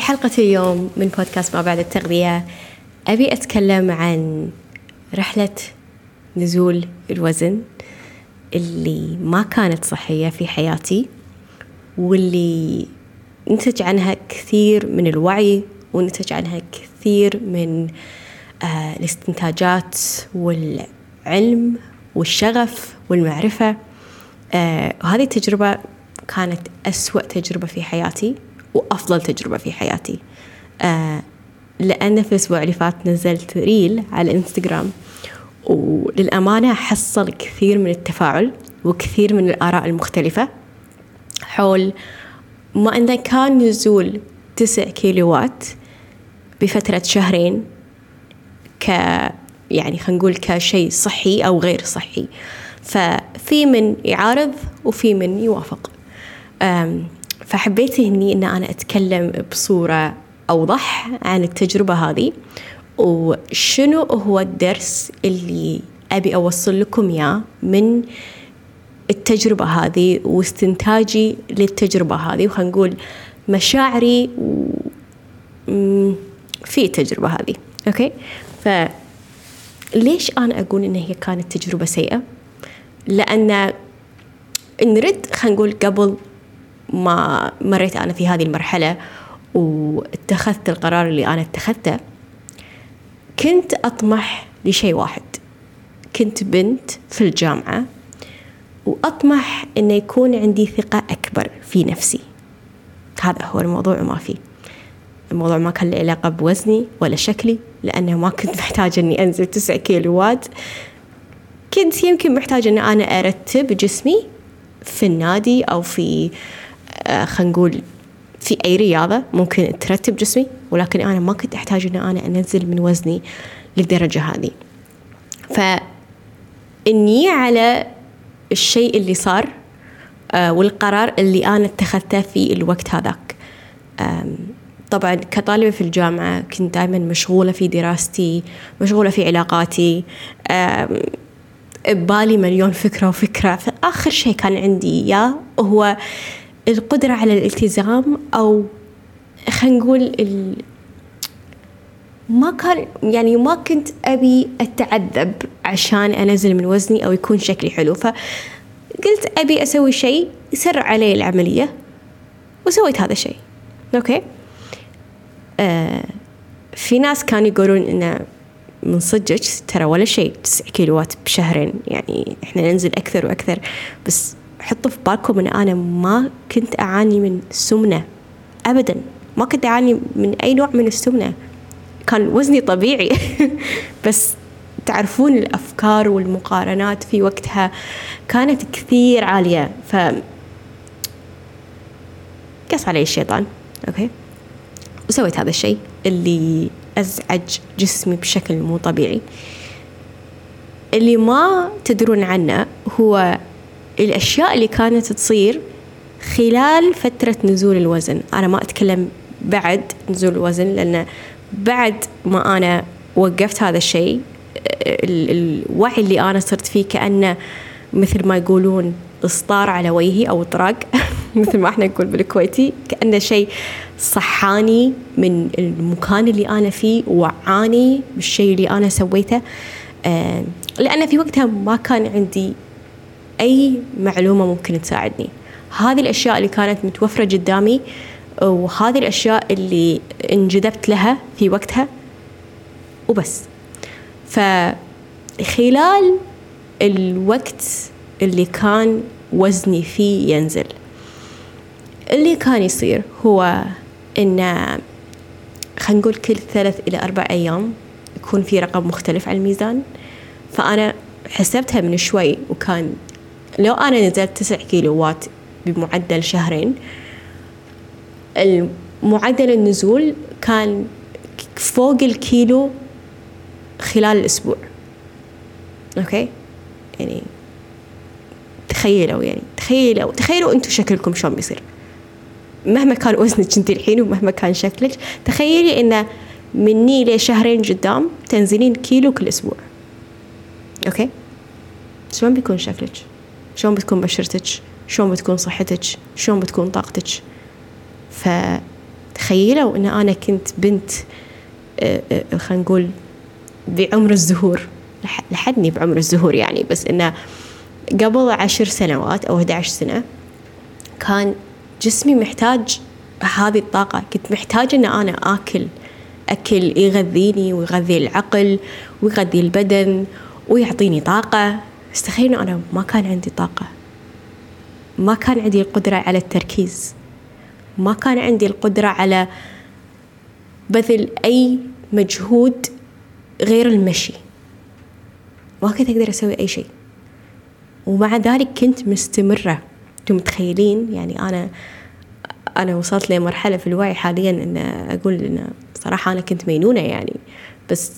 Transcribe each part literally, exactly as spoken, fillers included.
في حلقة اليوم من بودكاست ما بعد التغذية أبي أتكلم عن رحلة نزول الوزن اللي ما كانت صحية في حياتي، واللي نتج عنها كثير من الوعي ونتج عنها كثير من آه الاستنتاجات والعلم والشغف والمعرفة. آه وهذه التجربة كانت أسوأ تجربة في حياتي وأفضل تجربة في حياتي، آه لأن في الأسبوع اللي فات نزلت ريل على الإنستغرام، وللأمانة حصل كثير من التفاعل وكثير من الآراء المختلفة حول ما إذا كان نزول تسع كيلوات بفترة شهرين ك يعني خلينا نقول كشيء صحي أو غير صحي. ففي من يعارض وفي من يوافق. فحبيت هني إن أنا أتكلم بصورة أوضح عن التجربة هذه، وشنو هو الدرس اللي أبي أوصل لكم إياه من التجربة هذه واستنتاجي للتجربة هذه، وخلينا نقول مشاعري في التجربة هذه. أوكي، فليش أنا أقول إن هي كانت تجربة سيئة؟ لأن نرد خلينا نقول قبل ما مريت أنا في هذه المرحلة واتخذت القرار اللي أنا اتخذته، كنت أطمح لشيء واحد. كنت بنت في الجامعة وأطمح أن يكون عندي ثقة أكبر في نفسي. هذا هو الموضوع، وما فيه الموضوع ما كان له علاقة بوزني ولا شكلي، لأنه ما كنت محتاجة أني أنزل تسع كيلوات. كنت يمكن محتاجة أن أنا أرتب جسمي في النادي أو في آه خلينا نقول في أي رياضة ممكن ترتب جسمي، ولكن أنا ما كنت أحتاج أن أنا أنزل من وزني للدرجة هذه. فإني على الشيء اللي صار آه والقرار اللي أنا اتخذته في الوقت هذاك. طبعا كطالبة في الجامعة كنت دائما مشغولة في دراستي، مشغولة في علاقاتي، ببالي مليون فكرة وفكرة. فآخر شيء كان عندي إياه هو القدرة على الالتزام، أو خلينا نقول ال... ما كان يعني ما كنت أبي أتعذب عشان أنزل من وزني أو يكون شكلي حلو. فقلت أبي أسوي شيء يسرع علي العملية، وسويت هذا الشيء. أوكي، آه في ناس كانوا يقولون إنه من صدقك ترى ولا شيء تسع كيلوات بشهرين، يعني إحنا ننزل أكثر وأكثر. بس حطوا في بالكم إن أنا ما كنت أعاني من سمنة أبدا، ما كنت أعاني من أي نوع من السمنة، كان وزني طبيعي. بس تعرفون الأفكار والمقارنات في وقتها كانت كثير عالية، ف قص علي الشيطان. أوكي، وسويت هذا الشيء اللي أزعج جسمي بشكل مو طبيعي. اللي ما تدرون عنه هو الأشياء اللي كانت تصير خلال فترة نزول الوزن. أنا ما أتكلم بعد نزول الوزن، لأن بعد ما أنا وقفت هذا الشيء، الوعي اللي أنا صرت فيه كأنه مثل ما يقولون إسطار على وجهي أو طراق مثل ما احنا نقول بالكويتي، كأنه شيء صحاني من المكان اللي أنا فيه وعاني بالشيء اللي أنا سويته. آه لأن في وقتها ما كان عندي أي معلومة ممكن تساعدني. هذه الأشياء اللي كانت متوفرة قدامي، وهذه الأشياء اللي انجذبت لها في وقتها وبس. فخلال الوقت اللي كان وزني فيه ينزل، اللي كان يصير هو إن خلينا نقول كل ثلاث إلى أربع أيام يكون في رقم مختلف على الميزان. فأنا حسبتها من شوي، وكان لو أنا نزلت تسع كيلوات بمعدل شهرين، المعدل النزول كان فوق الكيلو خلال الأسبوع. أوكي، يعني تخيلوا يعني تخيلوا تخيلوا أنتوا شكلكم شلون بيصير مهما كان وزنك انت الحين ومهما كان شكلك. تخيلي إن مني لشهرين قدام تنزلين كيلو كل أسبوع. أوكي، شلون بيكون شكلك؟ شلون بتكون بشرتك؟ شلون بتكون صحتك؟ شلون بتكون طاقتك؟ ف تخيلوا أن أنا كنت بنت خلينا نقول بعمر الزهور، لحدني بعمر الزهور يعني، بس إنه قبل عشر سنوات أو أحد عشر سنة كان جسمي محتاج هذه الطاقة. كنت محتاج إن أنا آكل أكل يغذيني ويغذي العقل ويغذي البدن ويعطيني طاقة. استخيلوا أنا ما كان عندي طاقة، ما كان عندي القدرة على التركيز، ما كان عندي القدرة على بذل أي مجهود غير المشي، ما كنت أقدر أسوي أي شيء. ومع ذلك كنت مستمرة. أنتم متخيلين يعني أنا أنا وصلت لمرحلة في الوعي حاليا أن أقول أن صراحة أنا كنت مينونة يعني، بس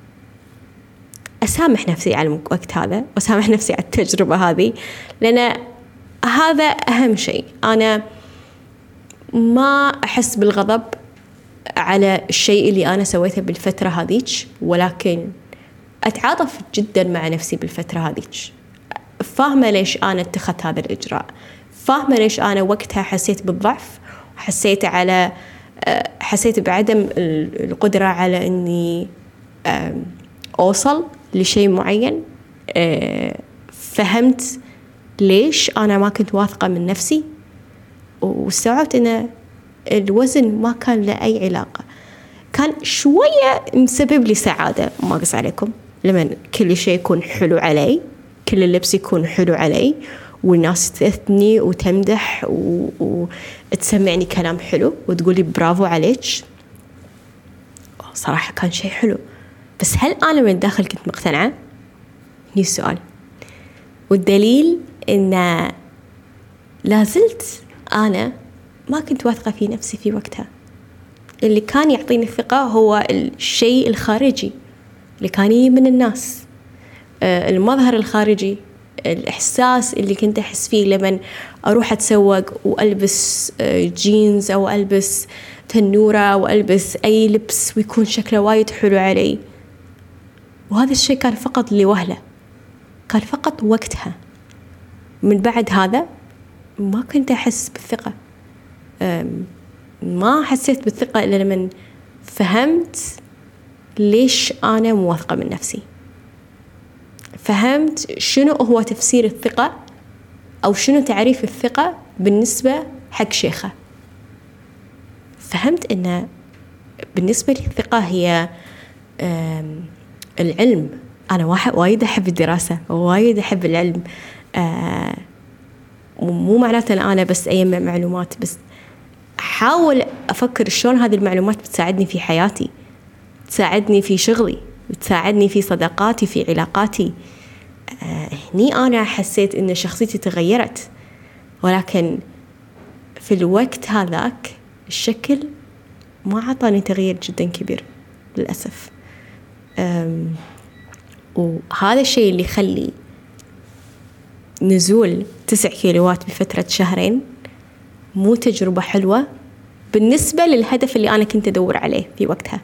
أسامح نفسي على الوقت هذا وأسامح نفسي على التجربة هذه، لأن هذا أهم شيء. أنا ما أحس بالغضب على الشيء اللي أنا سويته بالفترة هذيك، ولكن أتعاطف جدا مع نفسي بالفترة هذيك. فاهمة ليش أنا اتخذت هذا الإجراء، فاهمة ليش أنا وقتها حسيت بالضعف، حسيت على حسيت بعدم القدرة على أني أوصل لشيء معين. فهمت ليش أنا ما كنت واثقة من نفسي، واستوعبت أن الوزن ما كان له أي علاقة. كان شوية مسبب لي سعادة، ما أقص عليكم، لما كل شيء يكون حلو علي، كل اللبس يكون حلو علي، والناس تثني وتمدح و... وتسمعني كلام حلو وتقولي برافو عليك، صراحة كان شيء حلو. بس هل أنا من داخل كنت مقتنعة؟ هني السؤال. والدليل إن لازلت أنا ما كنت واثقة في نفسي في وقتها. اللي كان يعطيني الثقة هو الشيء الخارجي اللي كان يجي من الناس، المظهر الخارجي، الإحساس اللي كنت أحس فيه لما أروح أتسوق وألبس جينز أو ألبس تنورة أو ألبس أي لبس ويكون شكله وايد حلو علي. وهذا الشيء كان فقط لوهلة، كان فقط وقتها. من بعد هذا ما كنت أحس بالثقة، ما حسيت بالثقة إلا لما فهمت ليش أنا مو واثقة من نفسي، فهمت شنو هو تفسير الثقة أو شنو تعريف الثقة بالنسبة حق شيخة. فهمت أن بالنسبة لي الثقة هي العلم. أنا وايد أحب الدراسة، وايد أحب العلم، مو معناته أن أنا بس أجمع معلومات، بس أحاول أفكر شلون هذه المعلومات بتساعدني في حياتي، تساعدني في شغلي، تساعدني في صداقاتي، في علاقاتي. آه هني أنا حسيت إن شخصيتي تغيرت، ولكن في الوقت هذاك الشكل ما عطاني تغيير جدا كبير للأسف. وهذا الشيء اللي يخلي نزول تسع كيلوات بفترة شهرين مو تجربة حلوة بالنسبة للهدف اللي أنا كنت أدور عليه في وقتها.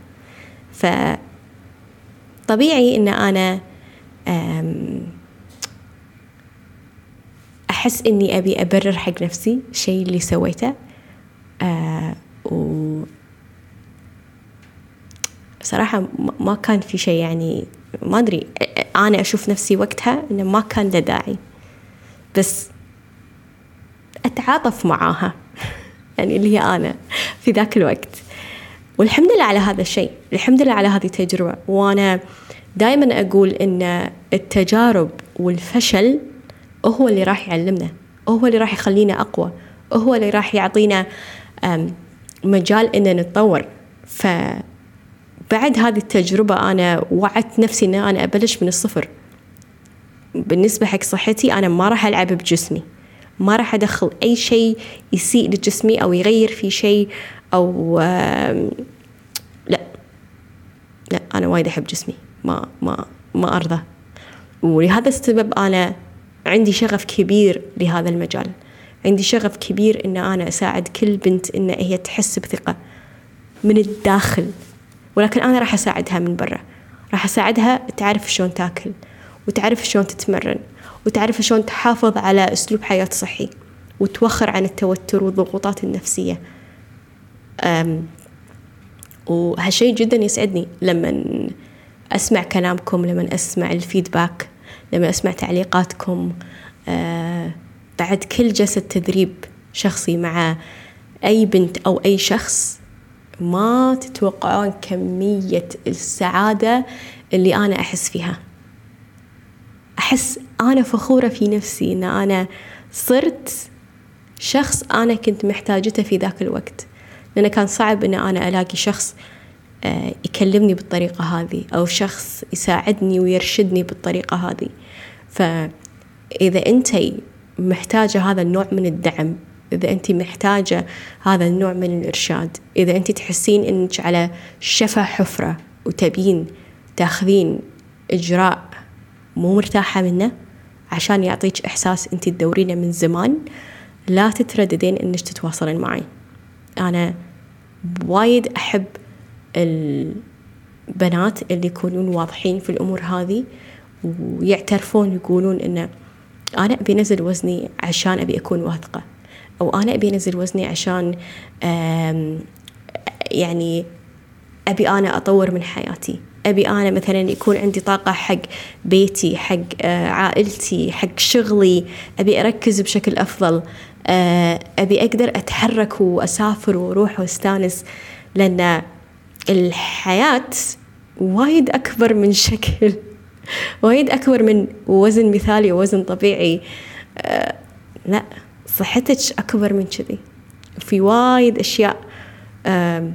فطبيعي إن أنا أحس إني أبي أبرر حق نفسي الشيء اللي سويته. و صراحة ما كان في شيء، يعني ما أدري، أنا أشوف نفسي وقتها إنه ما كان له داعي، بس أتعاطف معاها يعني اللي هي أنا في ذاك الوقت. والحمد لله على هذا الشيء، الحمد لله على هذه التجربة. وأنا دائما أقول إن التجارب والفشل هو اللي راح يعلمنا، هو اللي راح يخلينا أقوى، هو اللي راح يعطينا مجال إن نتطور. فبعد هذه التجربة أنا وعدت نفسي إن أنا أبلش من الصفر. بالنسبة حق صحتي أنا ما راح ألعب بجسمي، ما راح أدخل أي شيء يسيء لجسمي أو يغير في شيء أو لا لا أنا وايد أحب جسمي، ما ما ما أرضى. ولهذا السبب أنا عندي شغف كبير لهذا المجال، عندي شغف كبير إن أنا أساعد كل بنت إن هي تحس بثقة من الداخل. ولكن أنا راح أساعدها من برا، راح أساعدها تعرف شلون تاكل، وتعرف شلون تتمرن، وتعرف شلون تحافظ على أسلوب حياة صحي، وتوخر عن التوتر والضغوطات النفسية. وهالشيء جدا يسعدني لما أسمع كلامكم، لما أسمع الفيدباك، لما أسمع تعليقاتكم. أه بعد كل جلسة تدريب شخصي مع أي بنت أو أي شخص ما تتوقعون كمية السعادة اللي أنا أحس فيها. أحس أنا فخورة في نفسي إن أنا صرت شخص أنا كنت محتاجته في ذاك الوقت، لأنه كان صعب إن أنا ألاقي شخص يكلمني بالطريقة هذه أو شخص يساعدني ويرشدني بالطريقة هذه. فإذا أنتي محتاجة هذا النوع من الدعم، إذا أنتي محتاجة هذا النوع من الإرشاد، إذا أنتي تحسين إنك على شفا حفرة وتبين تاخذين إجراء مو مرتاحة منه عشان يعطيك إحساس أنتي تدورينه من زمان، لا تترددين إنك تتواصلين معي. أنا وايد أحب البنات اللي يكونون واضحين في الأمور هذه ويعترفون يقولون إنه أنا أبي نزل وزني عشان أبي أكون واثقة، أو أنا أبي نزل وزني عشان يعني أبي أنا أطور من حياتي، أبي أنا مثلا يكون عندي طاقة حق بيتي، حق عائلتي، حق شغلي، أبي أركز بشكل أفضل، أبي أقدر أتحرك وأسافر وأروح وأستانس. لأن الحياة وايد أكبر من شكل، وايد أكبر من وزن مثالي ووزن طبيعي. أه لا، صحتك أكبر من كذي، في وايد أشياء أه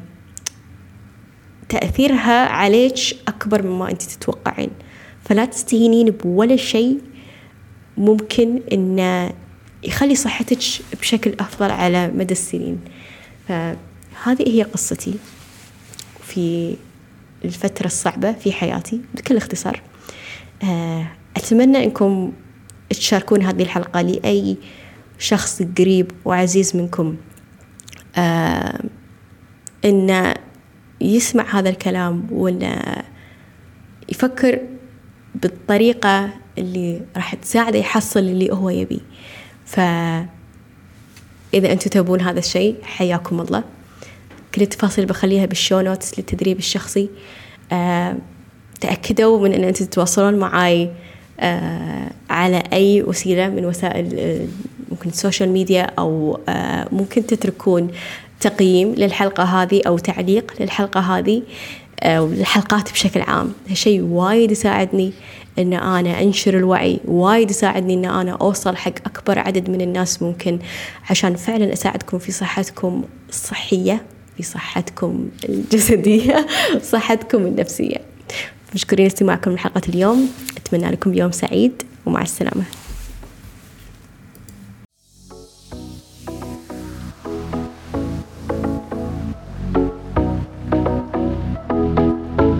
تأثيرها عليك أكبر مما أنت تتوقعين. فلا تستهينين بولا شيء ممكن إن يخلي صحتك بشكل أفضل على مدى السنين. فهذه هي قصتي في الفترة الصعبة في حياتي بكل اختصار. أتمنى أنكم تشاركون هذه الحلقة لأي شخص قريب وعزيز منكم، إن يسمع هذا الكلام وإن يفكر بالطريقة اللي راح تساعده يحصل اللي هو يبي. فإذا أنتم تبون هذا الشيء حياكم الله. كل التفاصيل بخليها بالشو نوتس للتدريب الشخصي. أه تأكدوا من أن أنتم تتواصلون معي أه على أي وسيلة من وسائل أه ممكن السوشيال ميديا، أو أه ممكن تتركون تقييم للحلقة هذه أو تعليق للحلقة هذه أو الحلقات بشكل عام. هالشيء وايد يساعدني أن أنا أنشر الوعي، وايد يساعدني أن أنا أوصل حق أكبر عدد من الناس ممكن، عشان فعلا أساعدكم في صحتكم الصحية، في صحتكم الجسدية، صحتكم النفسية. مشكورين استماعكم لحلقة اليوم، أتمنى لكم يوم سعيد ومع السلامة.